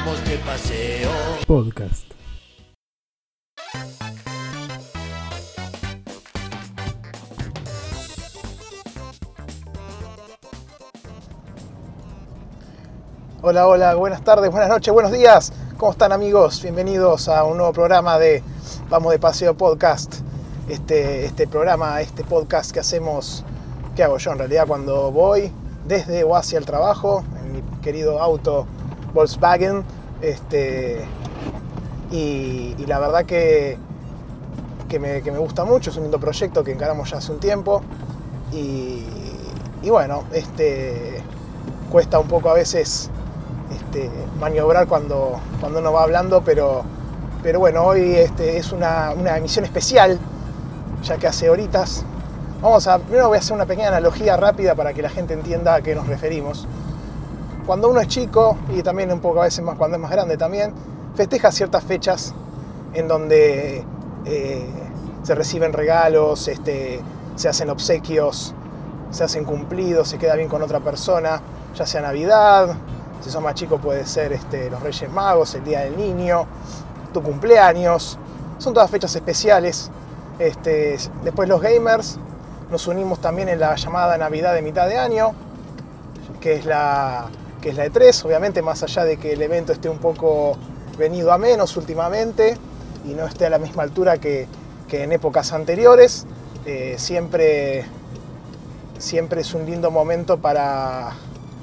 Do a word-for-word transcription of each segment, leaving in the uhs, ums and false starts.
vamos de paseo. Podcast. Hola, hola, buenas tardes, buenas noches, buenos días. ¿Cómo están, amigos? Bienvenidos a un nuevo programa de Vamos de Paseo Podcast. Este, este programa, este podcast que hacemos, que hago yo en realidad cuando voy desde o hacia el trabajo, en mi querido auto Volkswagen. Este, y, y la verdad que, que, me, que me gusta mucho, es un lindo proyecto que encaramos ya hace un tiempo. Y, y bueno, este, cuesta un poco a veces Este, maniobrar cuando, cuando uno va hablando, pero, pero bueno, hoy este, es una, una emisión especial, ya que hace horitas. Vamos a, primero voy a hacer una pequeña analogía rápida para que la gente entienda a qué nos referimos. Cuando uno es chico, y también un poco a veces más cuando es más grande también, festeja ciertas fechas en donde eh, se reciben regalos, este, se hacen obsequios, se hacen cumplidos, se queda bien con otra persona, ya sea Navidad. Si sos más chico puede ser este, los Reyes Magos, el Día del Niño, tu cumpleaños. Son todas fechas especiales. Este, después los gamers nos unimos también en la llamada Navidad de mitad de año, que es la, que es la E tres. Obviamente, más allá de que el evento esté un poco venido a menos últimamente y no esté a la misma altura que, que en épocas anteriores, eh, siempre, siempre es un lindo momento para...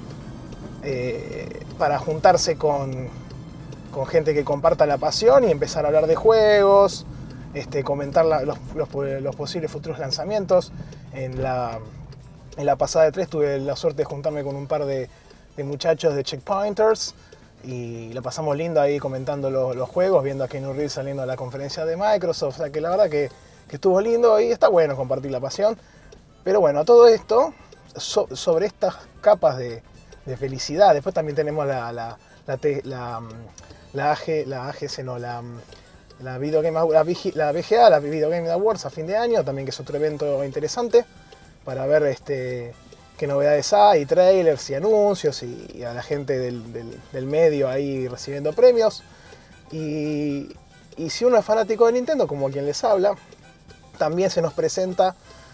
Eh, para juntarse con, con gente que comparta la pasión y empezar a hablar de juegos, este, comentar la, los, los, los posibles futuros lanzamientos. En la, en la pasada E tres tuve la suerte de juntarme con un par de, de muchachos de Checkpointers y la pasamos lindo ahí comentando los, los juegos, viendo a Keanu Reeves saliendo a la conferencia de Microsoft. O sea que la verdad que, que estuvo lindo y está bueno compartir la pasión. Pero bueno, a todo esto, so, sobre estas capas de de felicidad. Después también tenemos la la la, la, la, A G, la A G C, no, la, la, Video Game, la, la V G A, la Video Game Awards a fin de año, también, que es otro evento interesante para ver este, qué novedades hay, trailers y anuncios, y, y a la gente del, del, del medio ahí recibiendo premios. Y, y si uno es fanático de Nintendo, como quien les habla, también se nos presenta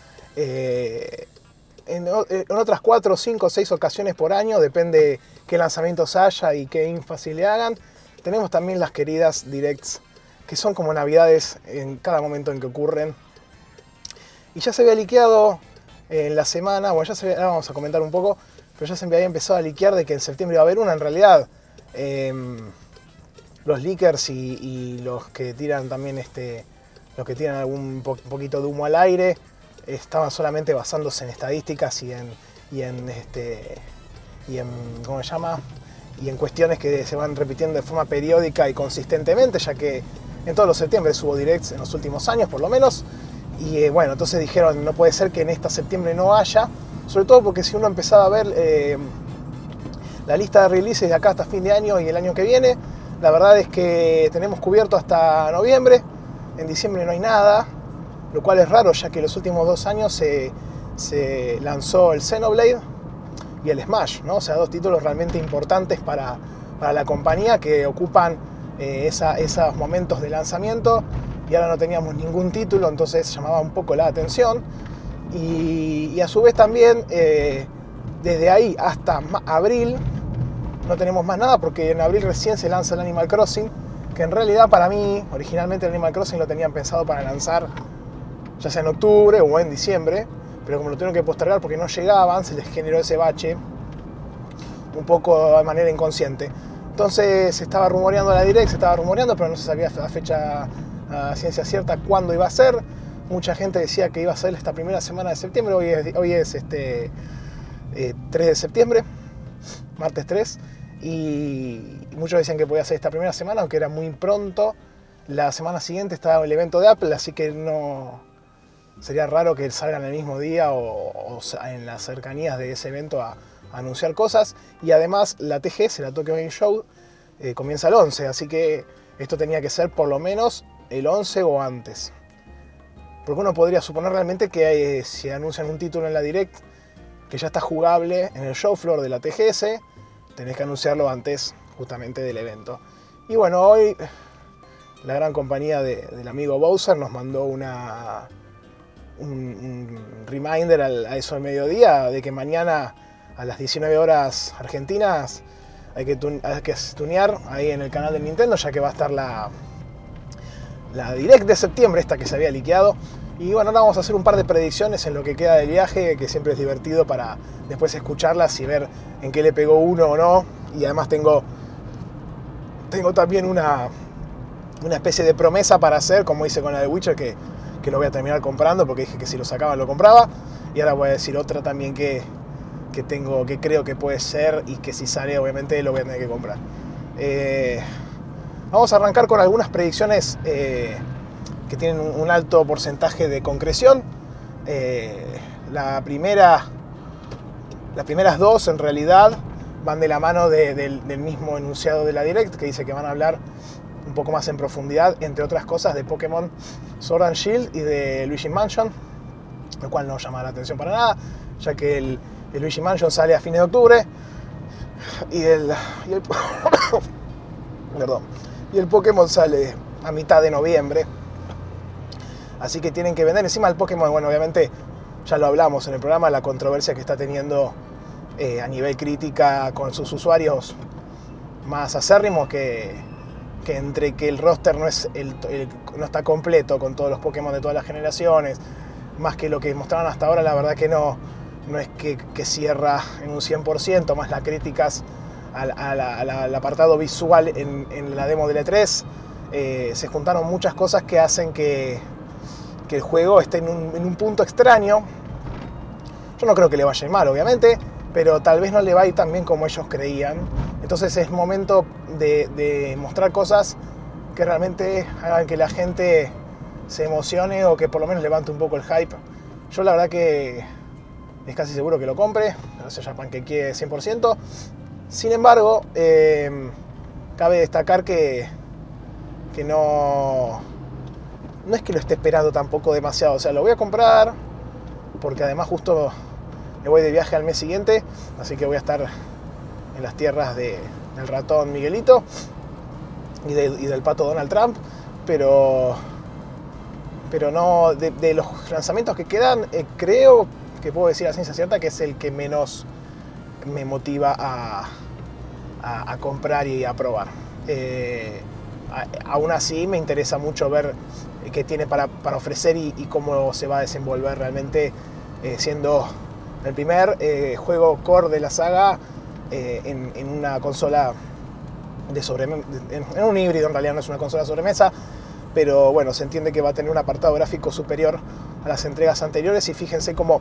eh, En, en otras cuatro, cinco, seis ocasiones por año, depende qué lanzamientos haya y qué énfasis le hagan. Tenemos también las queridas Directs, que son como navidades en cada momento en que ocurren. Y ya se había liqueado en la semana, bueno, ya se, ahora vamos a comentar un poco, pero ya se había empezado a liquear de que en septiembre iba a haber una. En realidad, eh, los leakers y, y los que tiran también este, los que tiran algún po poquito de humo al aire, estaban solamente basándose en estadísticas y en, y en, este, y en, ¿cómo se llama? Y en cuestiones que se van repitiendo de forma periódica y consistentemente, ya que en todos los septiembre hubo directs en los últimos años, por lo menos. Y eh, bueno, entonces dijeron, no puede ser que en esta septiembre no haya, sobre todo porque si uno empezaba a ver eh, la lista de releases de acá hasta fin de año y el año que viene, la verdad es que tenemos cubierto hasta noviembre, en diciembre no hay nada. Lo cual es raro, ya que los últimos dos años se, se lanzó el Xenoblade y el Smash, ¿no? O sea, dos títulos realmente importantes para, para la compañía, que ocupan eh, esa, esos momentos de lanzamiento, y ahora no teníamos ningún título, entonces llamaba un poco la atención. Y, y a su vez también, eh, desde ahí hasta abril, no tenemos más nada, porque en abril recién se lanza el Animal Crossing, que en realidad para mí, originalmente el Animal Crossing lo tenían pensado para lanzar ya sea en octubre o en diciembre, pero como lo tuvieron que postergar porque no llegaban, se les generó ese bache un poco de manera inconsciente. Entonces se estaba rumoreando la Direct, se estaba rumoreando, pero no se sabía a fecha, a ciencia cierta, cuándo iba a ser. Mucha gente decía que iba a ser esta primera semana de septiembre, hoy es, hoy es este, eh, tres de septiembre, martes tres, y muchos decían que podía ser esta primera semana, aunque era muy pronto. La semana siguiente estaba el evento de Apple, así que no... Sería raro que salgan el mismo día o, o en las cercanías de ese evento a, a anunciar cosas. Y además la T G S, la Tokyo Game Show, eh, comienza el once, así que esto tenía que ser por lo menos el once o antes. Porque uno podría suponer realmente que eh, si anuncian un título en la Direct que ya está jugable en el show floor de la T G S, tenés que anunciarlo antes justamente del evento. Y bueno, hoy la gran compañía de, del amigo Bowser nos mandó una, un, un reminder al, a eso del mediodía de que mañana a las diecinueve horas argentinas hay que, tun, hay que tunear ahí en el canal de Nintendo, ya que va a estar la, la Direct de septiembre, esta que se había liqueado. Y bueno, ahora vamos a hacer un par de predicciones en lo que queda del viaje, que siempre es divertido para después escucharlas y ver en qué le pegó uno o no. Y además tengo, tengo también una, una especie de promesa para hacer, como hice con la de Witcher, que, que lo voy a terminar comprando, porque dije que si lo sacaba lo compraba. Y ahora voy a decir otra también que, que, tengo, que creo que puede ser y que si sale obviamente lo voy a tener que comprar. Eh, vamos a arrancar con algunas predicciones eh, que tienen un alto porcentaje de concreción. Eh, la primera, las primeras dos en realidad van de la mano de, de, del mismo enunciado de la Direct, que dice que van a hablar un poco más en profundidad, entre otras cosas, de Pokémon Sword and Shield y de Luigi Mansion, lo cual no llama la atención para nada, ya que el, el Luigi Mansion sale a fines de octubre y el, y el, perdón, y el Pokémon sale a mitad de noviembre. Así que tienen que vender. Encima el Pokémon, bueno, obviamente ya lo hablamos en el programa, la controversia que está teniendo eh, a nivel crítica con sus usuarios más acérrimos, que, que entre que el roster no, es el, el, no está completo con todos los Pokémon de todas las generaciones, más que lo que mostraron hasta ahora, la verdad que no, no es que, que cierra en un cien por ciento, más las críticas al, a la, a la, al apartado visual en, en la demo del E tres. Eh, se juntaron muchas cosas que hacen que que el juego esté en un, en un punto extraño. Yo no creo que le vaya mal, obviamente, pero tal vez no le va a ir tan bien como ellos creían. Entonces es momento de, de mostrar cosas que realmente hagan que la gente se emocione o que por lo menos levante un poco el hype. Yo la verdad que es casi seguro que lo compre, no sé, ya panquequeé cien por ciento. Sin embargo, eh, cabe destacar que, que no... No es que lo esté esperando tampoco demasiado, o sea, lo voy a comprar porque además justo me voy de viaje al mes siguiente, así que voy a estar en las tierras de, del ratón Miguelito y, de, y del pato Donald Trump, pero, pero no, de, de los lanzamientos que quedan, eh, creo que puedo decir a ciencia cierta que es el que menos me motiva a, a, a comprar y a probar. Eh, Aún así me interesa mucho ver qué tiene para, para ofrecer y, y cómo se va a desenvolver realmente, eh, siendo el primer eh, juego core de la saga eh, en, en una consola de sobremesa, en, en un híbrido. En realidad no es una consola de sobremesa, pero bueno, se entiende que va a tener un apartado gráfico superior a las entregas anteriores. Y fíjense cómo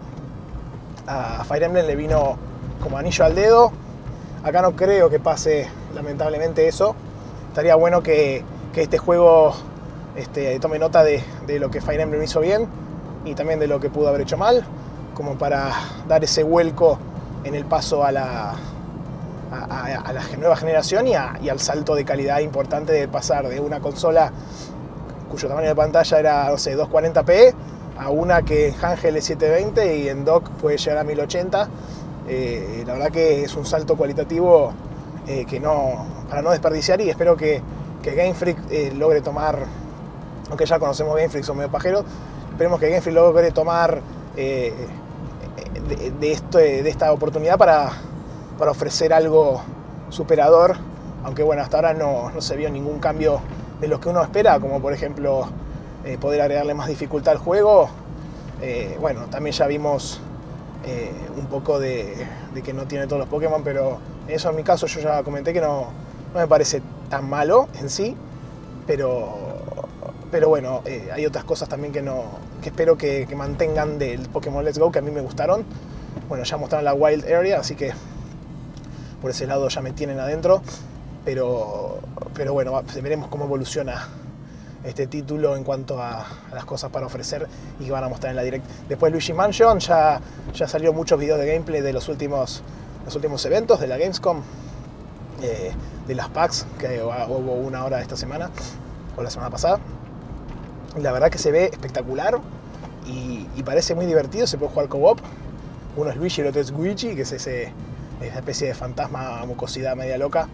a Fire Emblem le vino como anillo al dedo. Acá no creo que pase lamentablemente eso. Estaría bueno que, que este juego este, tome nota de, de lo que Fire Emblem hizo bien y también de lo que pudo haber hecho mal, como para dar ese vuelco en el paso a la, a, a, a la nueva generación y, a, y al salto de calidad importante de pasar de una consola cuyo tamaño de pantalla era, no sé, doscientos cuarenta p a una que en handheld es setecientos veinte y en dock puede llegar a mil ochenta. Eh, la verdad que es un salto cualitativo Eh, que no, para no desperdiciar, y espero que, que Game Freak eh, logre tomar, aunque ya conocemos Game Freak, son medio pajeros, esperemos que Game Freak logre tomar eh, de, de, esto, de esta oportunidad para, para ofrecer algo superador, aunque bueno, hasta ahora no, no se vio ningún cambio de lo que uno espera, como por ejemplo eh, poder agregarle más dificultad al juego. Eh, bueno, también ya vimos eh, un poco de, de que no tiene todos los Pokémon, pero eso en mi caso yo ya comenté que no, no me parece tan malo en sí, pero, pero bueno, eh, hay otras cosas también que, no, que espero que, que mantengan del Pokémon Let's Go, que a mí me gustaron. Bueno, ya mostraron la Wild Area, así que por ese lado ya me tienen adentro, pero, pero bueno, veremos cómo evoluciona este título en cuanto a, a las cosas para ofrecer y que van a mostrar en la Direct. Después Luigi Mansion, ya, ya salió muchos videos de gameplay de los últimos, los últimos eventos de la Gamescom, eh, de las packs, que hubo una hora esta semana, o la semana pasada. Y la verdad que se ve espectacular y, y parece muy divertido, se puede jugar co-op. Uno es Luigi y el otro es Luigi, que es ese, esa especie de fantasma, mucosidad media loca,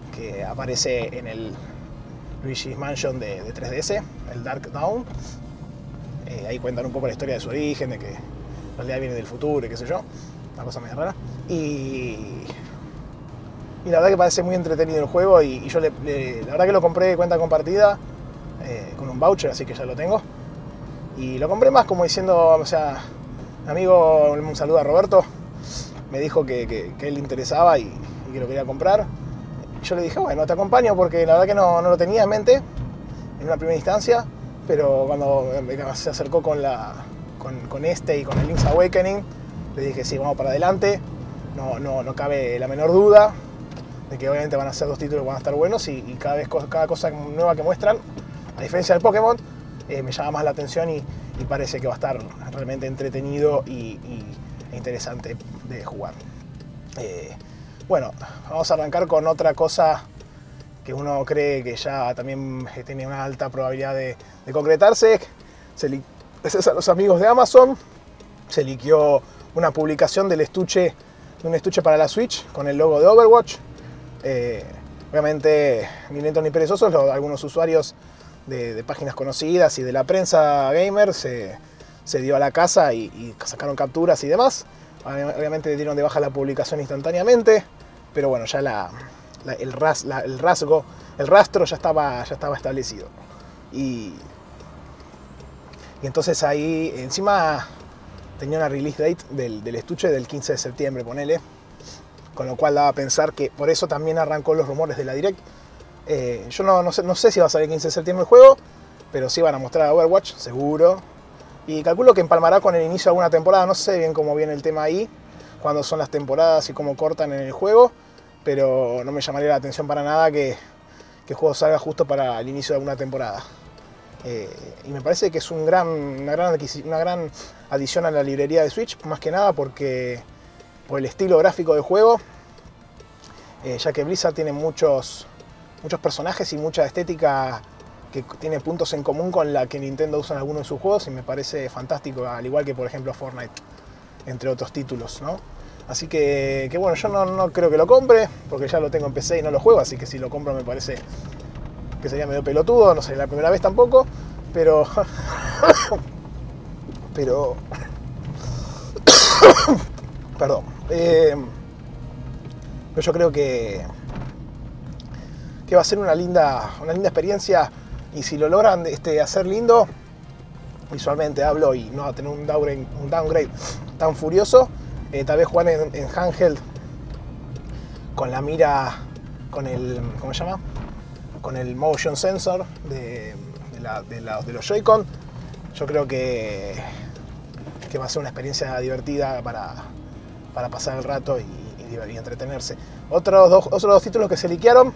que aparece en el Luigi's Mansion de, de tres D S, el Dark Dawn. Eh, ahí cuentan un poco la historia de su origen, de que en realidad viene del futuro y qué sé yo, una cosa medio rara. Y, y la verdad que parece muy entretenido el juego y, y yo le, le, la verdad que lo compré de cuenta compartida eh, con un voucher, así que ya lo tengo. Y lo compré más como diciendo, o sea, mi amigo, un saludo a Roberto, me dijo que, que, que él le interesaba y, y que lo quería comprar. Yo le dije, bueno, te acompaño porque la verdad que no, no lo tenía en mente en una primera instancia, pero cuando se acercó con, la, con, con este y con el Link's Awakening, le dije, sí, vamos para adelante, no, no, no cabe la menor duda de que obviamente van a ser dos títulos que van a estar buenos y, y cada vez cada cosa nueva que muestran, a diferencia del Pokémon, eh, me llama más la atención y, y parece que va a estar realmente entretenido y, y, e interesante de jugar. Eh, Bueno, vamos a arrancar con otra cosa que uno cree que ya también tiene una alta probabilidad de, de concretarse. Se gracias a los amigos de Amazon se liqueó una publicación del estuche, de un estuche para la Switch con el logo de Overwatch. Eh, obviamente, ni lentos ni perezosos, algunos usuarios de, de páginas conocidas y de la prensa gamer se, se dio a la casa y, y sacaron capturas y demás. Obviamente dieron de baja la publicación instantáneamente, pero bueno, ya la, la, el, ras, la, el rasgo, el rastro ya estaba, ya estaba establecido. Y, y entonces ahí encima tenía una release date del, del estuche del quince de septiembre, ponele. Con lo cual daba a pensar que por eso también arrancó los rumores de la Direct. Eh, yo no, no, sé, no sé si va a salir el quince de septiembre el juego, pero sí van a mostrar a Overwatch, seguro. Y calculo que empalmará con el inicio de alguna temporada. No sé bien cómo viene el tema ahí, cuándo son las temporadas y cómo cortan en el juego. Pero no me llamaría la atención para nada que, que el juego salga justo para el inicio de alguna temporada. Eh, y me parece que es un gran, una, gran, una gran adición a la librería de Switch, más que nada porque por el estilo gráfico del juego, eh, ya que Blizzard tiene muchos, muchos personajes y mucha estética que tiene puntos en común con la que Nintendo usa en algunos de sus juegos y me parece fantástico, al igual que por ejemplo Fortnite, entre otros títulos, ¿no? Así que, que bueno, yo no, no creo que lo compre, porque ya lo tengo en P C y no lo juego, así que si lo compro me parece que sería medio pelotudo, no sería la primera vez tampoco, pero... pero... Perdón. Eh, pero yo creo que... que va a ser una linda, una linda experiencia. Y si lo logran este, hacer lindo, visualmente hablo, y no va a tener un downgrade, un downgrade tan furioso, eh, tal vez jugar en, en handheld con la mira, con el, ¿cómo se llama? Con el motion sensor de, de, la, de, la, de los Joy-Con, yo creo que, que va a ser una experiencia divertida para, para pasar el rato y, y, y entretenerse. Otros dos, otros dos títulos que se liquearon,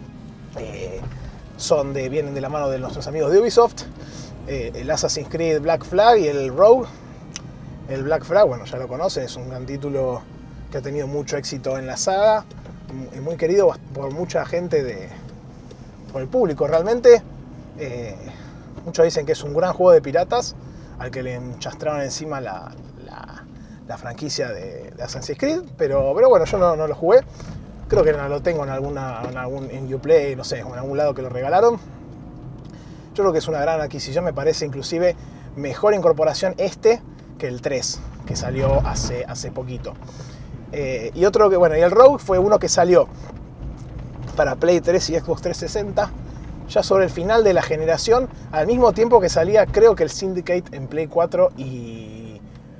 eh, son de, vienen de la mano de nuestros amigos de Ubisoft, eh, el Assassin's Creed Black Flag y el Rogue. El Black Flag, bueno, ya lo conocen, es un gran título que ha tenido mucho éxito en la saga, es muy querido por mucha gente, de, por el público realmente. Eh, muchos dicen que es un gran juego de piratas, al que le enchastraron encima la, la, la franquicia de, de Assassin's Creed, pero, pero bueno, yo no, no lo jugué. Creo que no lo tengo en alguna en, algún, en Uplay, no sé, en algún lado que lo regalaron. Yo creo que es una gran adquisición, me parece inclusive mejor incorporación este que el tres, que salió hace, hace poquito. Eh, y otro que, bueno, y el Rogue fue uno que salió para Play tres y Xbox trescientos sesenta, ya sobre el final de la generación, al mismo tiempo que salía, creo que el Syndicate en Play cuatro y,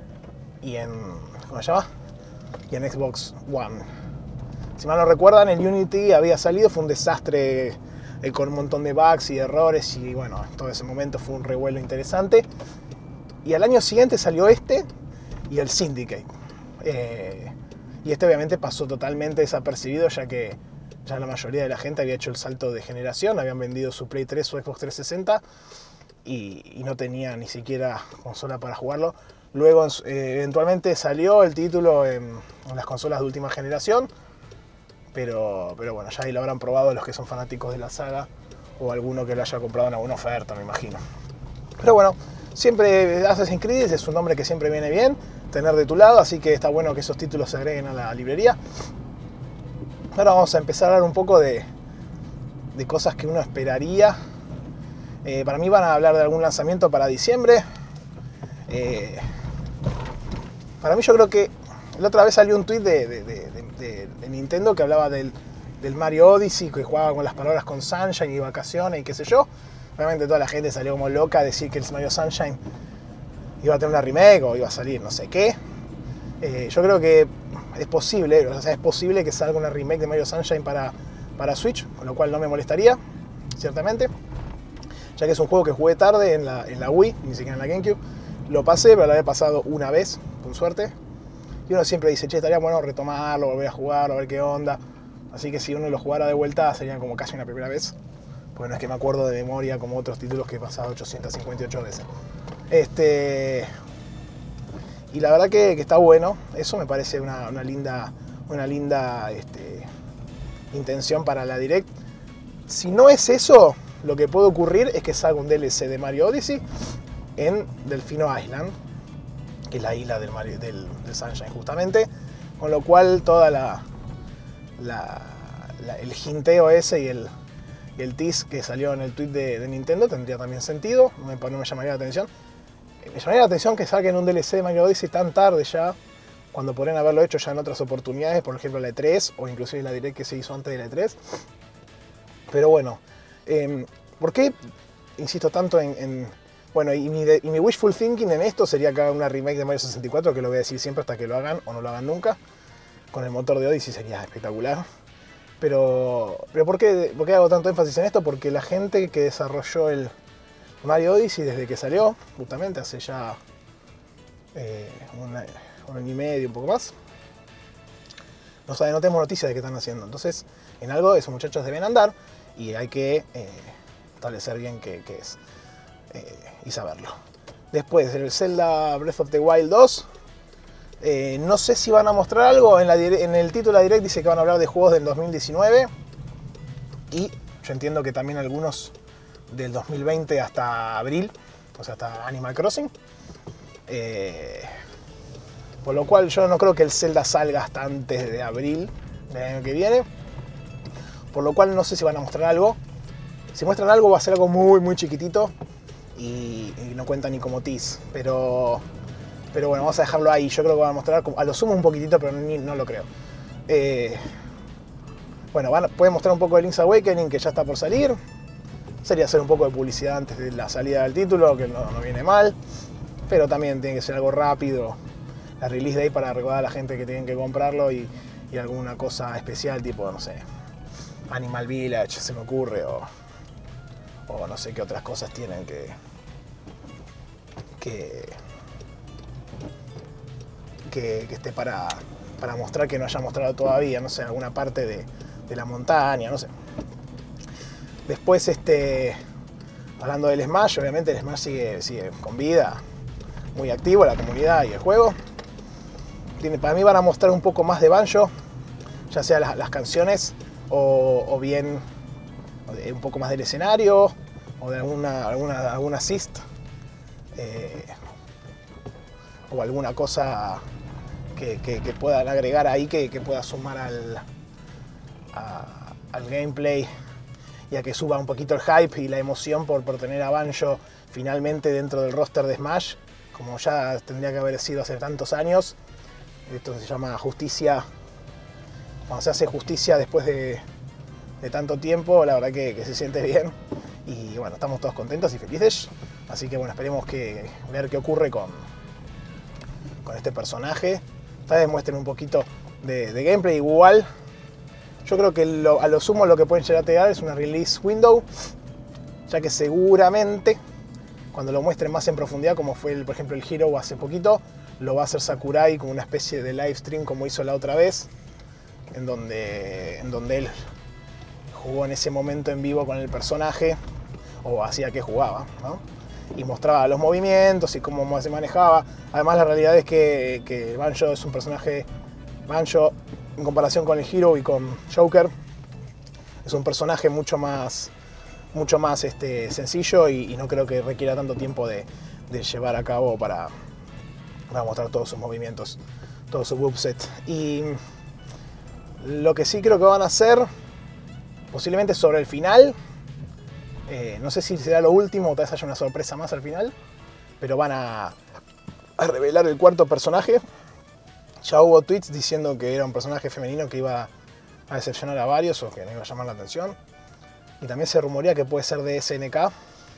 y en, ¿cómo se llama? Y en Xbox One. Si mal no recuerdan, el Unity había salido, fue un desastre eh, con un montón de bugs y errores y bueno, todo ese momento fue un revuelo interesante. Y al año siguiente salió este y el Syndicate. Eh, y este obviamente pasó totalmente desapercibido, ya que ya la mayoría de la gente había hecho el salto de generación, habían vendido su Play tres o Xbox trescientos sesenta y, y no tenía ni siquiera consola para jugarlo. Luego eh, eventualmente salió el título en, en las consolas de última generación, pero, pero bueno, ya ahí lo habrán probado los que son fanáticos de la saga o alguno que lo haya comprado en alguna oferta, me imagino. Pero bueno, siempre Assassin's Creed es un nombre que siempre viene bien tener de tu lado, así que está bueno que esos títulos se agreguen a la librería. Ahora vamos a empezar a hablar un poco de, de cosas que uno esperaría. Eh, para mí van a hablar de algún lanzamiento para diciembre. Eh, para mí yo creo que la otra vez salió un tweet de, de, de, de, de Nintendo que hablaba del, del Mario Odyssey, que jugaba con las palabras con Sunshine y vacaciones y qué sé yo. Obviamente toda la gente salió como loca a decir que el Mario Sunshine iba a tener una remake o iba a salir no sé qué. Eh, yo creo que es posible, o sea, es posible que salga una remake de Mario Sunshine para, para Switch, con lo cual no me molestaría, ciertamente. Ya que es un juego que jugué tarde en la, en la Wii, ni siquiera en la GameCube. Lo pasé, pero lo había pasado una vez, con suerte. Y uno siempre dice, che, estaría bueno retomarlo, volver a jugarlo, a ver qué onda. Así que si uno lo jugara de vuelta, sería como casi una primera vez. Porque no es que me acuerdo de memoria como otros títulos que he pasado ochocientas cincuenta y ocho veces. Este... Y la verdad que, que está bueno. Eso me parece una, una linda, una linda este, intención para la Direct. Si no es eso, lo que puede ocurrir es que salga un D L C de Mario Odyssey en Delfino Island, que es la isla del, Mario, del, del Sunshine justamente, con lo cual toda la, la, la el hinteo ese y el, y el tease que salió en el tweet de, de Nintendo tendría también sentido, no me, no me llamaría la atención. Me llamaría la atención que saquen un D L C de Mario Odyssey tan tarde ya, cuando podrían haberlo hecho ya en otras oportunidades, por ejemplo la E tres o inclusive la Direct que se hizo antes de la E tres. Pero bueno, eh, ¿por qué insisto tanto en... en bueno, y mi, de, y mi wishful thinking en esto sería que hagan una remake de Mario sesenta y cuatro, que lo voy a decir siempre hasta que lo hagan o no lo hagan nunca. Con el motor de Odyssey sería espectacular. Pero, pero ¿por qué, ¿por qué hago tanto énfasis en esto? Porque la gente que desarrolló el Mario Odyssey desde que salió, justamente hace ya eh, una, un año y medio, un poco más, no sabe, no tenemos noticias de qué están haciendo. Entonces, en algo esos muchachos deben andar y hay que eh, establecer bien qué, qué es. Eh, y saberlo. Después, el Zelda Breath of the Wild dos. Eh, no sé si van a mostrar algo. En, la, en el título de la Direct dice que van a hablar de juegos del dos mil diecinueve. Y yo entiendo que también algunos del dos mil veinte hasta abril. O sea, hasta Animal Crossing. Eh, por lo cual yo no creo que el Zelda salga hasta antes de abril del año que viene. Por lo cual no sé si van a mostrar algo. Si muestran algo va a ser algo muy muy chiquitito. Y, y no cuenta ni como tease, pero, pero bueno, vamos a dejarlo ahí. Yo creo que van a mostrar, a lo sumo un poquitito, pero ni, no lo creo. Eh, bueno, van, pueden mostrar un poco de Link's Awakening, que ya está por salir. Sería hacer un poco de publicidad antes de la salida del título, que no, no viene mal. Pero también tiene que ser algo rápido. La release day para recordar a la gente que tienen que comprarlo y, y alguna cosa especial, tipo, no sé, Animal Village, se me ocurre, o... o no sé qué otras cosas tienen que, que, que, que esté para, para mostrar que no haya mostrado todavía, no sé, alguna parte de, de la montaña, no sé. Después, este, hablando del Smash, obviamente el Smash sigue, sigue con vida, muy activo la comunidad y el juego. Tiene, para mí van a mostrar un poco más de Banjo, ya sea las, las canciones o, o bien un poco más del escenario o de alguna, alguna, alguna assist eh, o alguna cosa que, que, que puedan agregar ahí que, que pueda sumar al, a, al gameplay y a que suba un poquito el hype y la emoción por, por tener a Banjo finalmente dentro del roster de Smash, como ya tendría que haber sido hace tantos años. Esto se llama justicia, cuando se hace justicia después de de tanto tiempo, la verdad que, que se siente bien y bueno, estamos todos contentos y felices, así que bueno, esperemos que ver qué ocurre con, con este personaje. Tal vez muestren un poquito de, de gameplay. Igual yo creo que lo, a lo sumo lo que pueden llegar a llegar es una release window, ya que seguramente cuando lo muestren más en profundidad, como fue el, por ejemplo el Hero hace poquito, lo va a hacer Sakurai como una especie de live stream como hizo la otra vez, en donde, en donde él jugó en ese momento en vivo con el personaje, o hacía que jugaba, ¿no? Y mostraba los movimientos y cómo se manejaba. Además, la realidad es que, que Banjo es un personaje, Banjo en comparación con el Hero y con Joker, es un personaje mucho más, mucho más este, sencillo y, y no creo que requiera tanto tiempo de, de llevar a cabo para, para mostrar todos sus movimientos, todo su moveset. Y lo que sí creo que van a hacer posiblemente sobre el final. Eh, no sé si será lo último o tal vez haya una sorpresa más al final. Pero van a, a revelar el cuarto personaje. Ya hubo tweets diciendo que era un personaje femenino que iba a decepcionar a varios o que no iba a llamar la atención. Y también se rumorea que puede ser de S N K.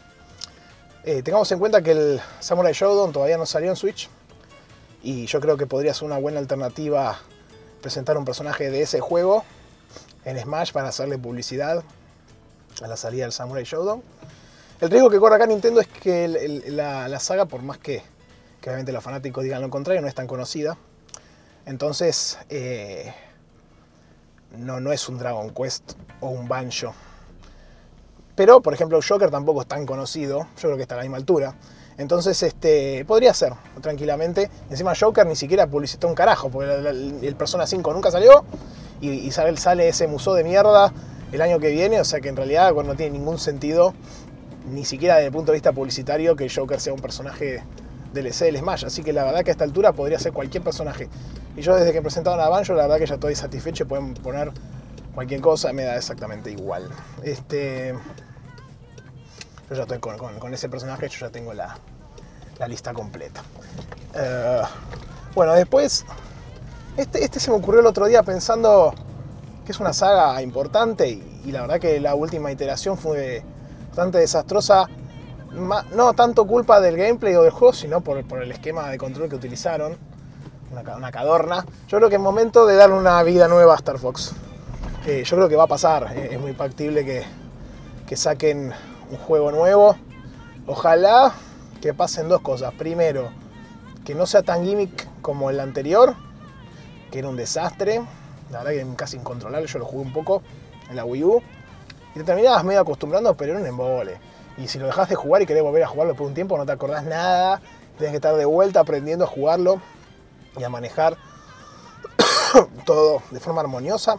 Eh, tengamos en cuenta que el Samurai Shodown todavía no salió en Switch. Y yo creo que podría ser una buena alternativa presentar un personaje de ese juego en Smash para hacerle publicidad a la salida del Samurai Shodown. El riesgo que corre acá Nintendo es que el, el, la, la saga, por más que, que obviamente los fanáticos digan lo contrario, no es tan conocida. Entonces, eh, no, no es un Dragon Quest o un Banjo. Pero, por ejemplo, Joker tampoco es tan conocido. Yo creo que está a la misma altura. Entonces, este, podría ser, tranquilamente. Encima Joker ni siquiera publicitó un carajo, porque el, el, el Persona cinco nunca salió. Y, y sale, sale ese museo de mierda el año que viene. O sea que en realidad no tiene ningún sentido, ni siquiera desde el punto de vista publicitario, que Joker sea un personaje D L C del Smash. Así que la verdad que a esta altura podría ser cualquier personaje. Y yo desde que presentaron a Banjo, la verdad que ya estoy satisfecho. Pueden poner cualquier cosa, me da exactamente igual. Este... Yo ya estoy con, con, con ese personaje, yo ya tengo la, la lista completa. Uh, bueno, después, este, este se me ocurrió el otro día pensando que es una saga importante y, y la verdad que la última iteración fue bastante desastrosa. No tanto culpa del gameplay o del juego, sino por, por el esquema de control que utilizaron. Una, una cadorna. Yo creo que es momento de darle una vida nueva a Star Fox. Eh, yo creo que va a pasar, eh, es muy factible que, que saquen un juego nuevo. Ojalá que pasen dos cosas. Primero, que no sea tan gimmick como el anterior, que era un desastre. La verdad que es casi incontrolable. Yo lo jugué un poco en la Wii U y te terminabas medio acostumbrando, pero era un embole. Y si lo dejas de jugar y querés volver a jugarlo después de un tiempo, no te acordás nada. Tienes que estar de vuelta aprendiendo a jugarlo y a manejar todo de forma armoniosa.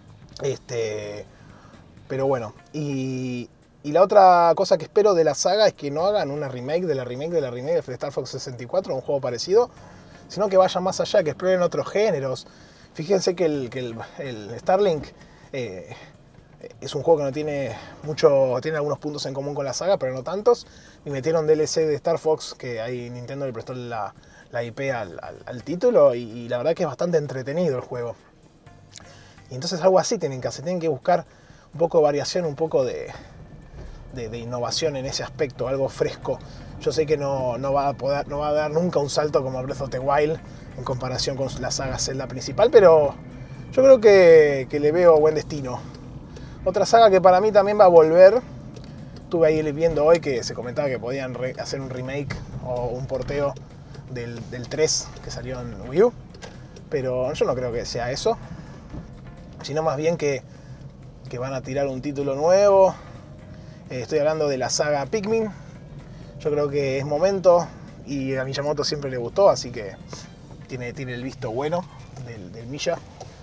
Este, pero bueno, y, y la otra cosa que espero de la saga es que no hagan una remake de la remake de la remake de Star Fox sesenta y cuatro, un juego parecido, sino que vayan más allá, que exploren otros géneros. Fíjense que el, que el, el Starlink eh, es un juego que no tiene mucho, tiene algunos puntos en común con la saga, pero no tantos. Y metieron D L C de Star Fox, que ahí Nintendo le prestó la, la I P al, al, al título, y, y la verdad que es bastante entretenido el juego. Y entonces algo así tienen que hacer, tienen que buscar un poco de variación, un poco de, de, de innovación en ese aspecto, algo fresco. Yo sé que no, no, va a poder, no va a dar nunca un salto como Breath of the Wild en comparación con la saga Zelda principal, pero yo creo que, que le veo buen destino. Otra saga que para mí también va a volver, estuve ahí viendo hoy que se comentaba que podían re, hacer un remake o un porteo del, del tres que salió en Wii U, pero yo no creo que sea eso, sino más bien que, que van a tirar un título nuevo. Eh, estoy hablando de la saga Pikmin. Yo creo que es momento, y a Miyamoto siempre le gustó, así que tiene, tiene el visto bueno del, del Milla.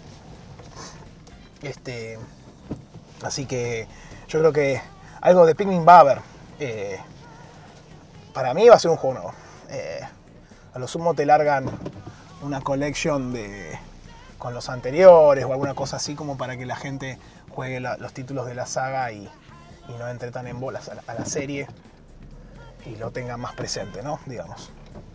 Este, así que yo creo que algo de Pikmin va a haber. Eh, para mí va a ser un juego nuevo. Eh, a lo sumo te largan una collection de, con los anteriores o alguna cosa así como para que la gente juegue la, los títulos de la saga y, y no entre tan en bolas a la, a la serie y lo tengan más presente, ¿no? Digamos.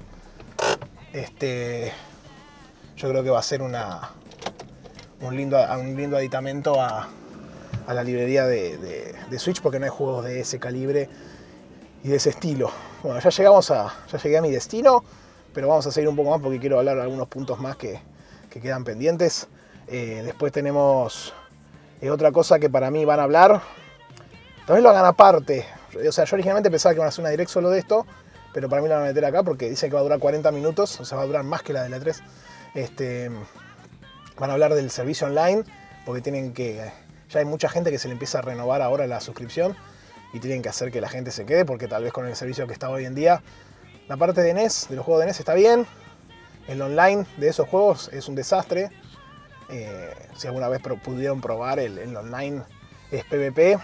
Este, yo creo que va a ser una, un, lindo, un lindo aditamento a, a la librería de, de, de Switch, porque no hay juegos de ese calibre y de ese estilo. Bueno, ya llegamos a, ya llegué a mi destino, pero vamos a seguir un poco más porque quiero hablar de algunos puntos más que, que quedan pendientes. Eh, después tenemos eh, otra cosa que para mí van a hablar. Tal vez lo hagan aparte. O sea, yo originalmente pensaba que iban a hacer una direct solo de esto, pero para mí lo van a meter acá porque dicen que va a durar cuarenta minutos, o sea, va a durar más que la de la tres. Este, van a hablar del servicio online, porque tienen que... Ya hay mucha gente que se le empieza a renovar ahora la suscripción y tienen que hacer que la gente se quede, porque tal vez con el servicio que está hoy en día, la parte de N E S, de los juegos de N E S está bien, el online de esos juegos es un desastre. Eh, si alguna vez pudieron probar el, el online, es PvP.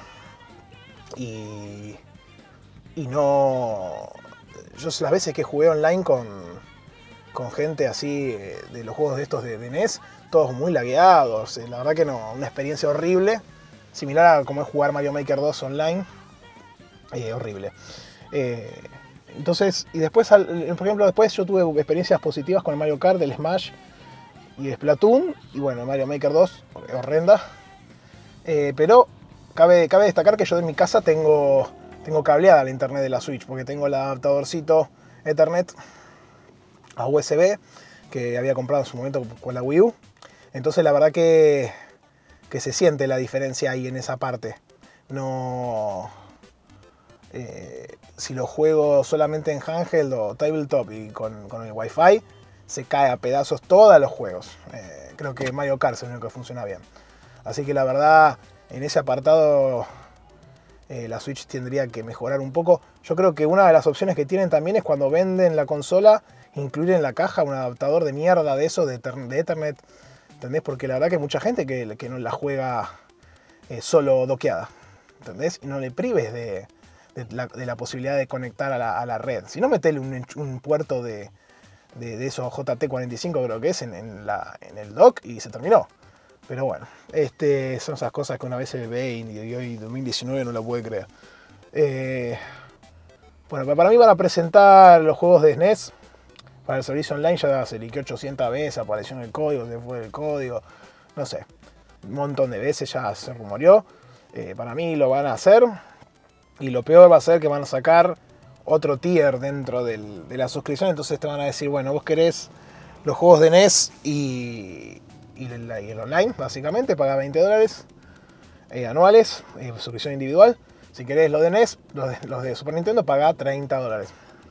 Y, y no... Yo las veces que jugué online con, con gente así de los juegos de estos de, de N E S, todos muy lagueados. La verdad que no, una experiencia horrible. similar a como es jugar Mario Maker dos online. Eh, horrible. Eh, entonces, y después, por ejemplo, después yo tuve experiencias positivas con el Mario Kart, el Smash y el Splatoon. Y bueno, Mario Maker dos, horrenda. Eh, pero cabe, cabe destacar que yo en mi casa tengo, tengo cableada la internet de la Switch, porque tengo el adaptadorcito Ethernet a U S B que había comprado en su momento con la Wii U. Entonces la verdad que, que se siente la diferencia ahí en esa parte. No... Eh, si lo juego solamente en handheld o tabletop y con, con el Wi-Fi, se cae a pedazos todos los juegos. Eh, creo que Mario Kart es el único que funciona bien. Así que la verdad, en ese apartado eh, la Switch tendría que mejorar un poco. Yo creo que una de las opciones que tienen también es cuando venden la consola, incluir en la caja un adaptador de mierda de eso, de, de Ethernet. ¿Entendés? Porque la verdad que hay mucha gente que, que no la juega eh, solo doqueada. ¿Entendés? Y no le prives de... De la, de la posibilidad de conectar a la, a la red. Si no, metele un, un puerto de, de, de esos J T cuarenta y cinco, creo que es, en, en, la, en el dock y se terminó. Pero bueno, este, son esas cosas que una vez se ve y hoy dos mil diecinueve no la puede creer. Eh, bueno, para mí van a presentar los juegos de S N E S para el servicio online. Ya se liqueó ochocientas veces, apareció en el código, se fue el código, no sé, un montón de veces ya se rumoreó. Eh, para mí lo van a hacer. Y lo peor va a ser que van a sacar otro tier dentro del, de la suscripción. Entonces te van a decir, bueno, vos querés los juegos de N E S y, y, el, y el online, básicamente. Paga veinte dólares eh, anuales, eh, suscripción individual. Si querés los de N E S, los de, los de Super Nintendo, paga treinta dólares.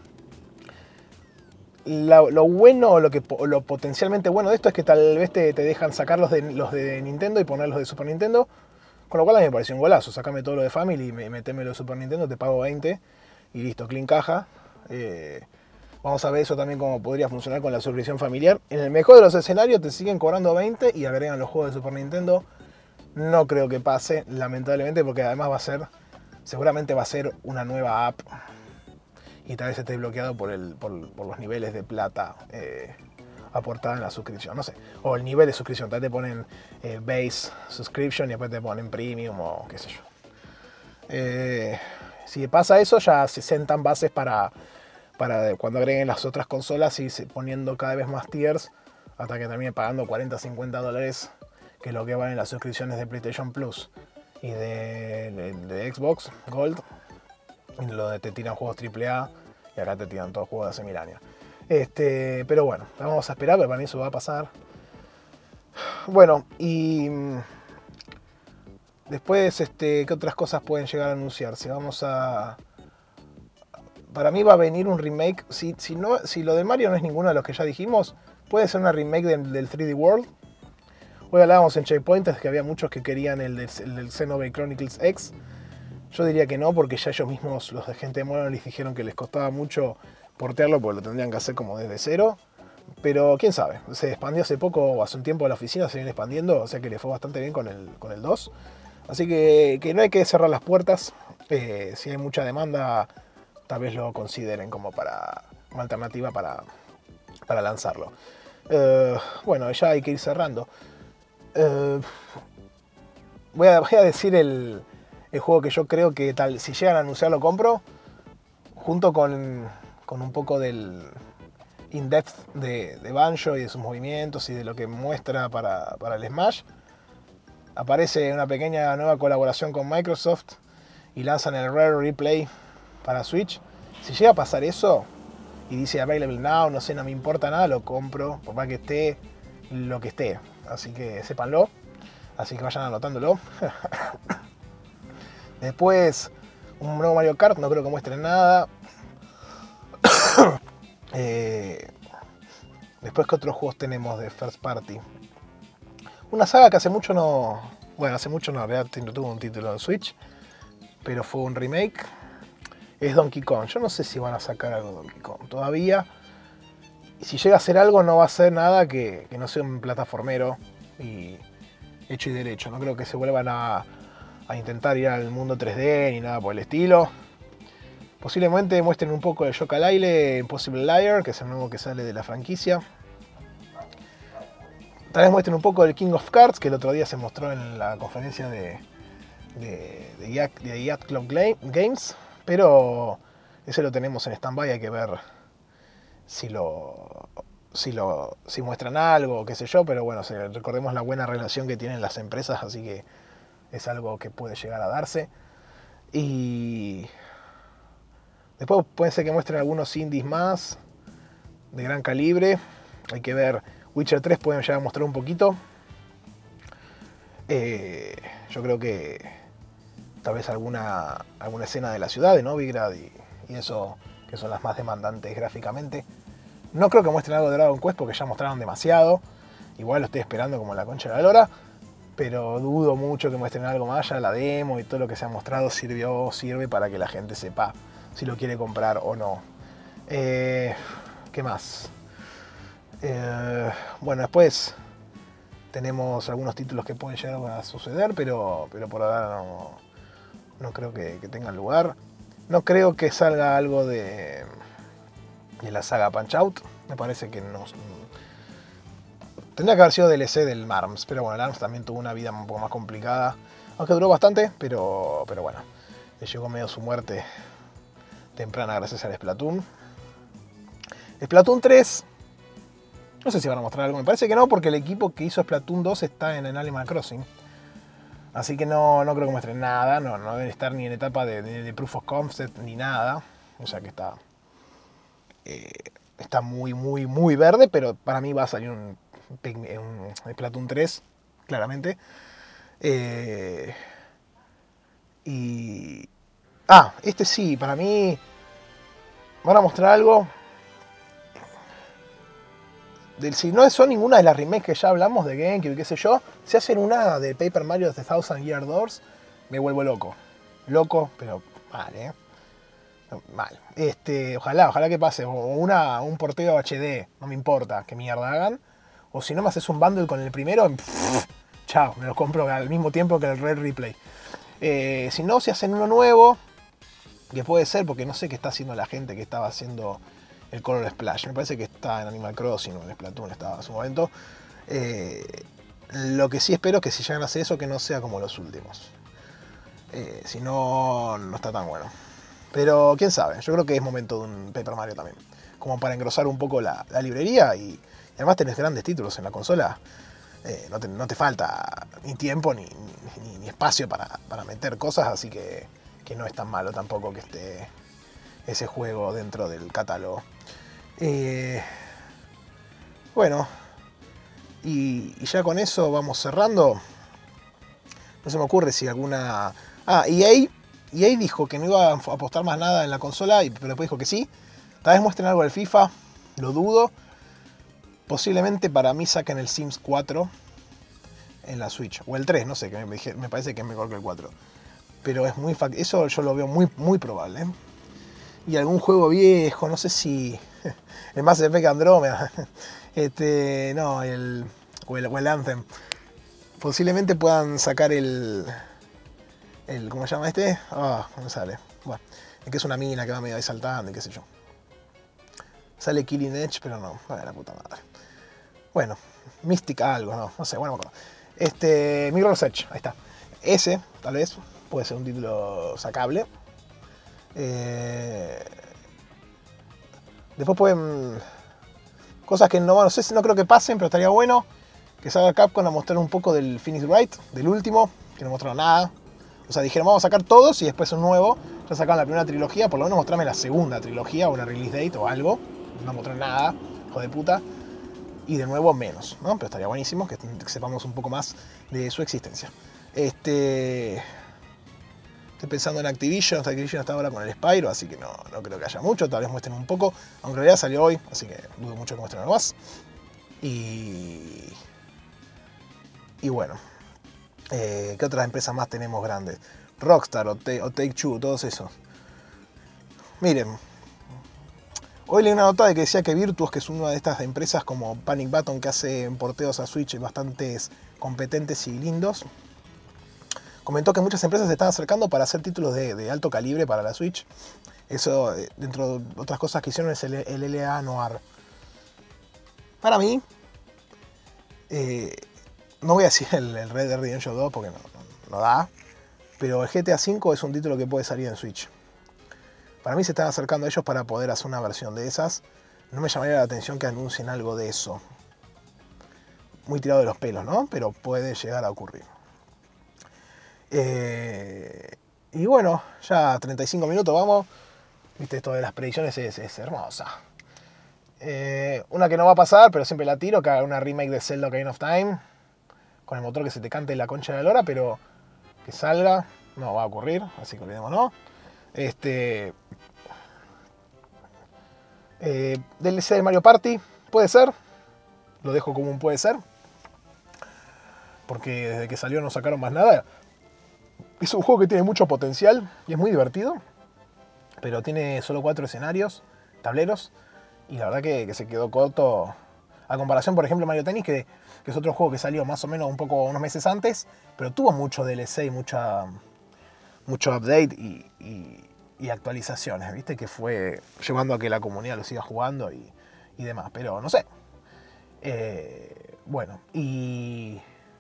La, lo bueno, lo, que, lo potencialmente bueno de esto es que tal vez te, te dejan sacar los de, los de Nintendo y ponerlos de Super Nintendo. Con lo cual a mí me pareció un golazo. Sacame todo lo de Family y meteme lo de Super Nintendo, te pago veinte y listo, clean caja. Eh, vamos a ver eso también cómo podría funcionar con la suscripción familiar. En el mejor de los escenarios te siguen cobrando veinte y agregan los juegos de Super Nintendo. No creo que pase, lamentablemente, porque además va a ser, seguramente va a ser una nueva app y tal vez esté bloqueado por, el, por, por los niveles de plata eh, aportada en la suscripción, no sé, o el nivel de suscripción, tal vez te ponen eh, base subscription y después te ponen premium o qué sé yo. Eh, si pasa eso, ya se sentan bases para, para cuando agreguen las otras consolas y poniendo cada vez más tiers hasta que termine pagando cuarenta a cincuenta dólares, que es lo que valen las suscripciones de PlayStation Plus y de, de, de Xbox Gold, y lo de te tiran juegos triple A y acá te tiran todos juegos de hace mil años. Este, pero bueno, vamos a esperar, pero para mí eso va a pasar. Bueno, y después, este, ¿qué otras cosas pueden llegar a anunciarse? Vamos a... Para mí va a venir un remake. Si, si, no, si lo de Mario no es ninguno de los que ya dijimos, puede ser una remake del, del tres D World. Hoy hablábamos en Checkpointers que había muchos que querían el del, el del Xenoblade Chronicles X. Yo diría que no, porque ya ellos mismos, los de Gente de Mono, les dijeron que les costaba mucho portearlo porque lo tendrían que hacer como desde cero. Pero quién sabe, se expandió hace poco, hace un tiempo la oficina, se viene expandiendo, o sea que le fue bastante bien con el, con el dos. Así que, que no hay que cerrar las puertas. Eh, si hay mucha demanda, tal vez lo consideren como para una alternativa para, para lanzarlo. Eh, bueno, ya hay que ir cerrando. Eh, voy, a, voy a decir el, el juego que yo creo que tal, si llegan a anunciarlo, compro, junto con, con un poco del in-depth de, de Banjo y de sus movimientos y de lo que muestra para, para el Smash. Aparece una pequeña nueva colaboración con Microsoft y lanzan el Rare Replay para Switch. Si llega a pasar eso y dice Available Now, no sé, no me importa nada, lo compro, por más que esté lo que esté. Así que sépanlo, así que vayan anotándolo. Después, un nuevo Mario Kart, no creo que muestren nada. eh, después, ¿qué otros juegos tenemos de First Party? Una saga que hace mucho no... Bueno, hace mucho no, en realidad tuvo un título en Switch, pero fue un remake. Es Donkey Kong. Yo no sé si van a sacar algo de Donkey Kong todavía. Y si llega a ser algo, no va a ser nada que, que no sea un plataformero y hecho y derecho. No creo que se vuelvan a, a intentar ir al mundo tres D ni nada por el estilo. Posiblemente muestren un poco de Yooka-Laylee, Impossible Liar, que es el nuevo que sale de la franquicia. Tal vez muestren un poco del King of Cards, que el otro día se mostró en la conferencia de, de, de, Yacht, de Yacht Club Games, pero ese lo tenemos en stand-by, hay que ver si lo, si lo si muestran algo, qué sé yo, pero bueno, recordemos la buena relación que tienen las empresas, así que es algo que puede llegar a darse. Y después puede ser que muestren algunos indies más de gran calibre, hay que ver. Witcher tres pueden llegar a mostrar un poquito. Eh, yo creo que tal vez alguna, alguna escena de la ciudad, de Novigrad y, y eso, que son las más demandantes gráficamente. No creo que muestren algo de Dragon Quest porque ya mostraron demasiado. Igual lo estoy esperando como la concha de la lora. Pero dudo mucho que muestren algo más. Ya la demo y todo lo que se ha mostrado sirvió, sirve para que la gente sepa si lo quiere comprar o no. Eh, ¿Qué más? Eh, bueno, después tenemos algunos títulos que pueden llegar a suceder, pero, pero por ahora no, no creo que, que tengan lugar. No creo que salga algo de, de la saga Punch-Out. Me parece que no... Tendría que haber sido D L C del ARMS, pero bueno, el ARMS también tuvo una vida un poco más complicada. Aunque duró bastante, pero, pero bueno. Le llegó medio su muerte temprana gracias al Splatoon. Splatoon tres... No sé si van a mostrar algo, me parece que no, porque el equipo que hizo Splatoon dos está en, en Animal Crossing. Así que no, no creo que muestren nada, no, no deben estar ni en etapa de, de, de Proof of Concept ni nada. O sea que está, eh, está muy, muy, muy verde, pero para mí va a salir un, un Splatoon tres, claramente. Eh, y... Ah, este sí, para mí van a mostrar algo... Del, si no son ninguna de las remakes que ya hablamos de GameCube y qué sé yo, si hacen una de Paper Mario The Thousand Year Doors, me vuelvo loco. Loco, pero mal, ¿eh? Mal. Este, ojalá, ojalá que pase. O una, un porteo H D, no me importa, que mierda hagan. O si no me haces un bundle con el primero, pff, chao, me lo compro al mismo tiempo que el Red Replay. Eh, si no, si hacen uno nuevo, que puede ser, porque no sé qué está haciendo la gente que estaba haciendo el Color Splash. Me parece que está en Animal Crossing o en Splatoon, estaba en su momento. Eh, lo que sí espero es que si llegan a hacer eso, que no sea como los últimos. Eh, si no, no está tan bueno. Pero quién sabe, yo creo que es momento de un Paper Mario también. Como para engrosar un poco la, la librería y, y además tenés grandes títulos en la consola. Eh, no, te, no te falta ni tiempo ni, ni, ni espacio para, para meter cosas, así que, que no es tan malo tampoco que esté ese juego dentro del catálogo. Eh, bueno, y, y ya con eso vamos cerrando. No se me ocurre si alguna... Ah, E A, E A dijo que no iba a apostar más nada en la consola, pero después dijo que sí. Tal vez muestren algo del FIFA, lo dudo. Posiblemente para mí saquen el Sims cuatro en la Switch. O el tres, no sé, que me, me parece que es mejor que el cuatro. Pero es muy eso yo lo veo muy, muy probable, ¿eh? Y algún juego viejo, no sé si... El Mass Effect Andromeda. Este, no, el... O el, o el Anthem. Posiblemente puedan sacar el... el ¿Cómo se llama este? Ah, oh, no sale. Bueno, es que es una mina que va medio ahí saltando y qué sé yo. Sale Killing Edge, pero no. Ay, la puta madre. Bueno, Mystic algo, no, no sé, bueno, me acuerdo. Este, Mirror's Edge, ahí está. Ese, tal vez, puede ser un título sacable. Eh, después pueden... Cosas que no, no sé si no creo que pasen, pero estaría bueno que salga Capcom a mostrar un poco del Phoenix Wright, del último, que no mostraron nada. O sea, dijeron vamos a sacar todos y después un nuevo. Ya sacaron la primera trilogía, por lo menos mostrame la segunda trilogía, o una release date o algo. No mostraron nada, hijo de puta. Y de nuevo menos, ¿no? Pero estaría buenísimo que, que sepamos un poco más de su existencia. Este... Estoy pensando en Activision, Activision está ahora con el Spyro, así que no, no creo que haya mucho, tal vez muestren un poco, aunque en realidad salió hoy, así que dudo mucho que muestren algo más. Y... Y bueno, eh, ¿qué otras empresas más tenemos grandes? Rockstar o, o Take-Two, todos esos. Miren, hoy leí una nota de que decía que Virtuos, que es una de estas empresas como Panic Button que hace porteos a Switch bastante competentes y lindos, comentó que muchas empresas se están acercando para hacer títulos de, de alto calibre para la Switch. Eso, dentro de otras cosas que hicieron, es el, el L A Noir. Para mí, eh, no voy a decir el, el Red Dead Redemption dos porque no, no, no da, pero el G T A cinco es un título que puede salir en Switch. Para mí se están acercando a ellos para poder hacer una versión de esas. No me llamaría la atención que anuncien algo de eso. Muy tirado de los pelos, ¿no? Pero puede llegar a ocurrir. Eh, y bueno, ya treinta y cinco minutos, vamos. Viste, esto de las predicciones es, es hermosa. Eh, una que no va a pasar, pero siempre la tiro, que haga una remake de Zelda Ocarina of Time. Con el motor que se te cante la concha de la lora, pero que salga, no va a ocurrir, así que olvidémonos. Este... Eh, D L C de Mario Party, puede ser. Lo dejo como un puede ser. Porque desde que salió no sacaron más nada. Es un juego que tiene mucho potencial y es muy divertido. Pero tiene solo cuatro escenarios, tableros. Y la verdad que, que se quedó corto. A comparación, por ejemplo, Mario Tennis, que, que es otro juego que salió más o menos un poco unos meses antes. Pero tuvo mucho D L C y mucha, mucho update y, y, y actualizaciones, ¿viste? Que fue llevando a que la comunidad lo siga jugando y, y demás. Pero no sé. Eh, bueno, y...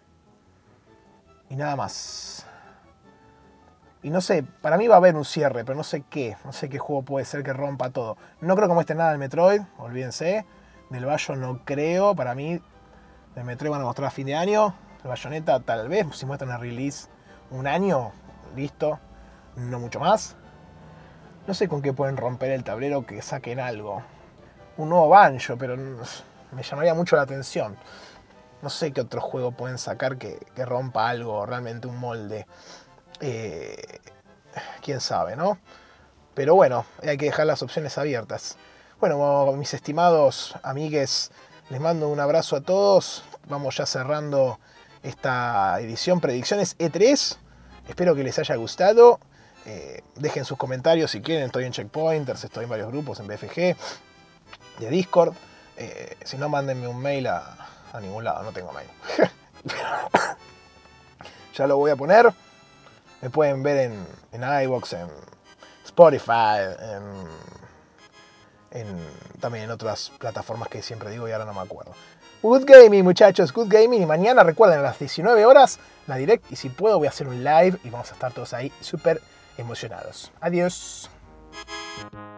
Y nada más. Y no sé, para mí va a haber un cierre, pero no sé qué. No sé qué juego puede ser que rompa todo. No creo que muestre nada del Metroid, olvídense. Del Bayo no creo. Para mí, del Metroid van a mostrar a fin de año. El Bayonetta tal vez, si muestran una release un año, listo. No mucho más. No sé con qué pueden romper el tablero, que saquen algo. Un nuevo Banjo, pero me llamaría mucho la atención. No sé qué otro juego pueden sacar que, que rompa algo, realmente un molde. Eh, quién sabe, ¿no? Pero bueno, hay que dejar las opciones abiertas. Bueno, mis estimados amigues, les mando un abrazo a todos. Vamos ya cerrando esta edición Predicciones E tres. Espero que les haya gustado. Eh, dejen sus comentarios si quieren. Estoy en Checkpointers, estoy en varios grupos, en B F G, de Discord. Eh, si no, mándenme un mail a, a ningún lado, no tengo mail. Ya lo voy a poner. Me pueden ver en, en iVoox, en Spotify, en, en, también en otras plataformas que siempre digo y ahora no me acuerdo. Good Gaming, muchachos, Good Gaming. Y mañana, recuerden, a las diecinueve horas, la direct. Y si puedo, voy a hacer un live y vamos a estar todos ahí súper emocionados. Adiós.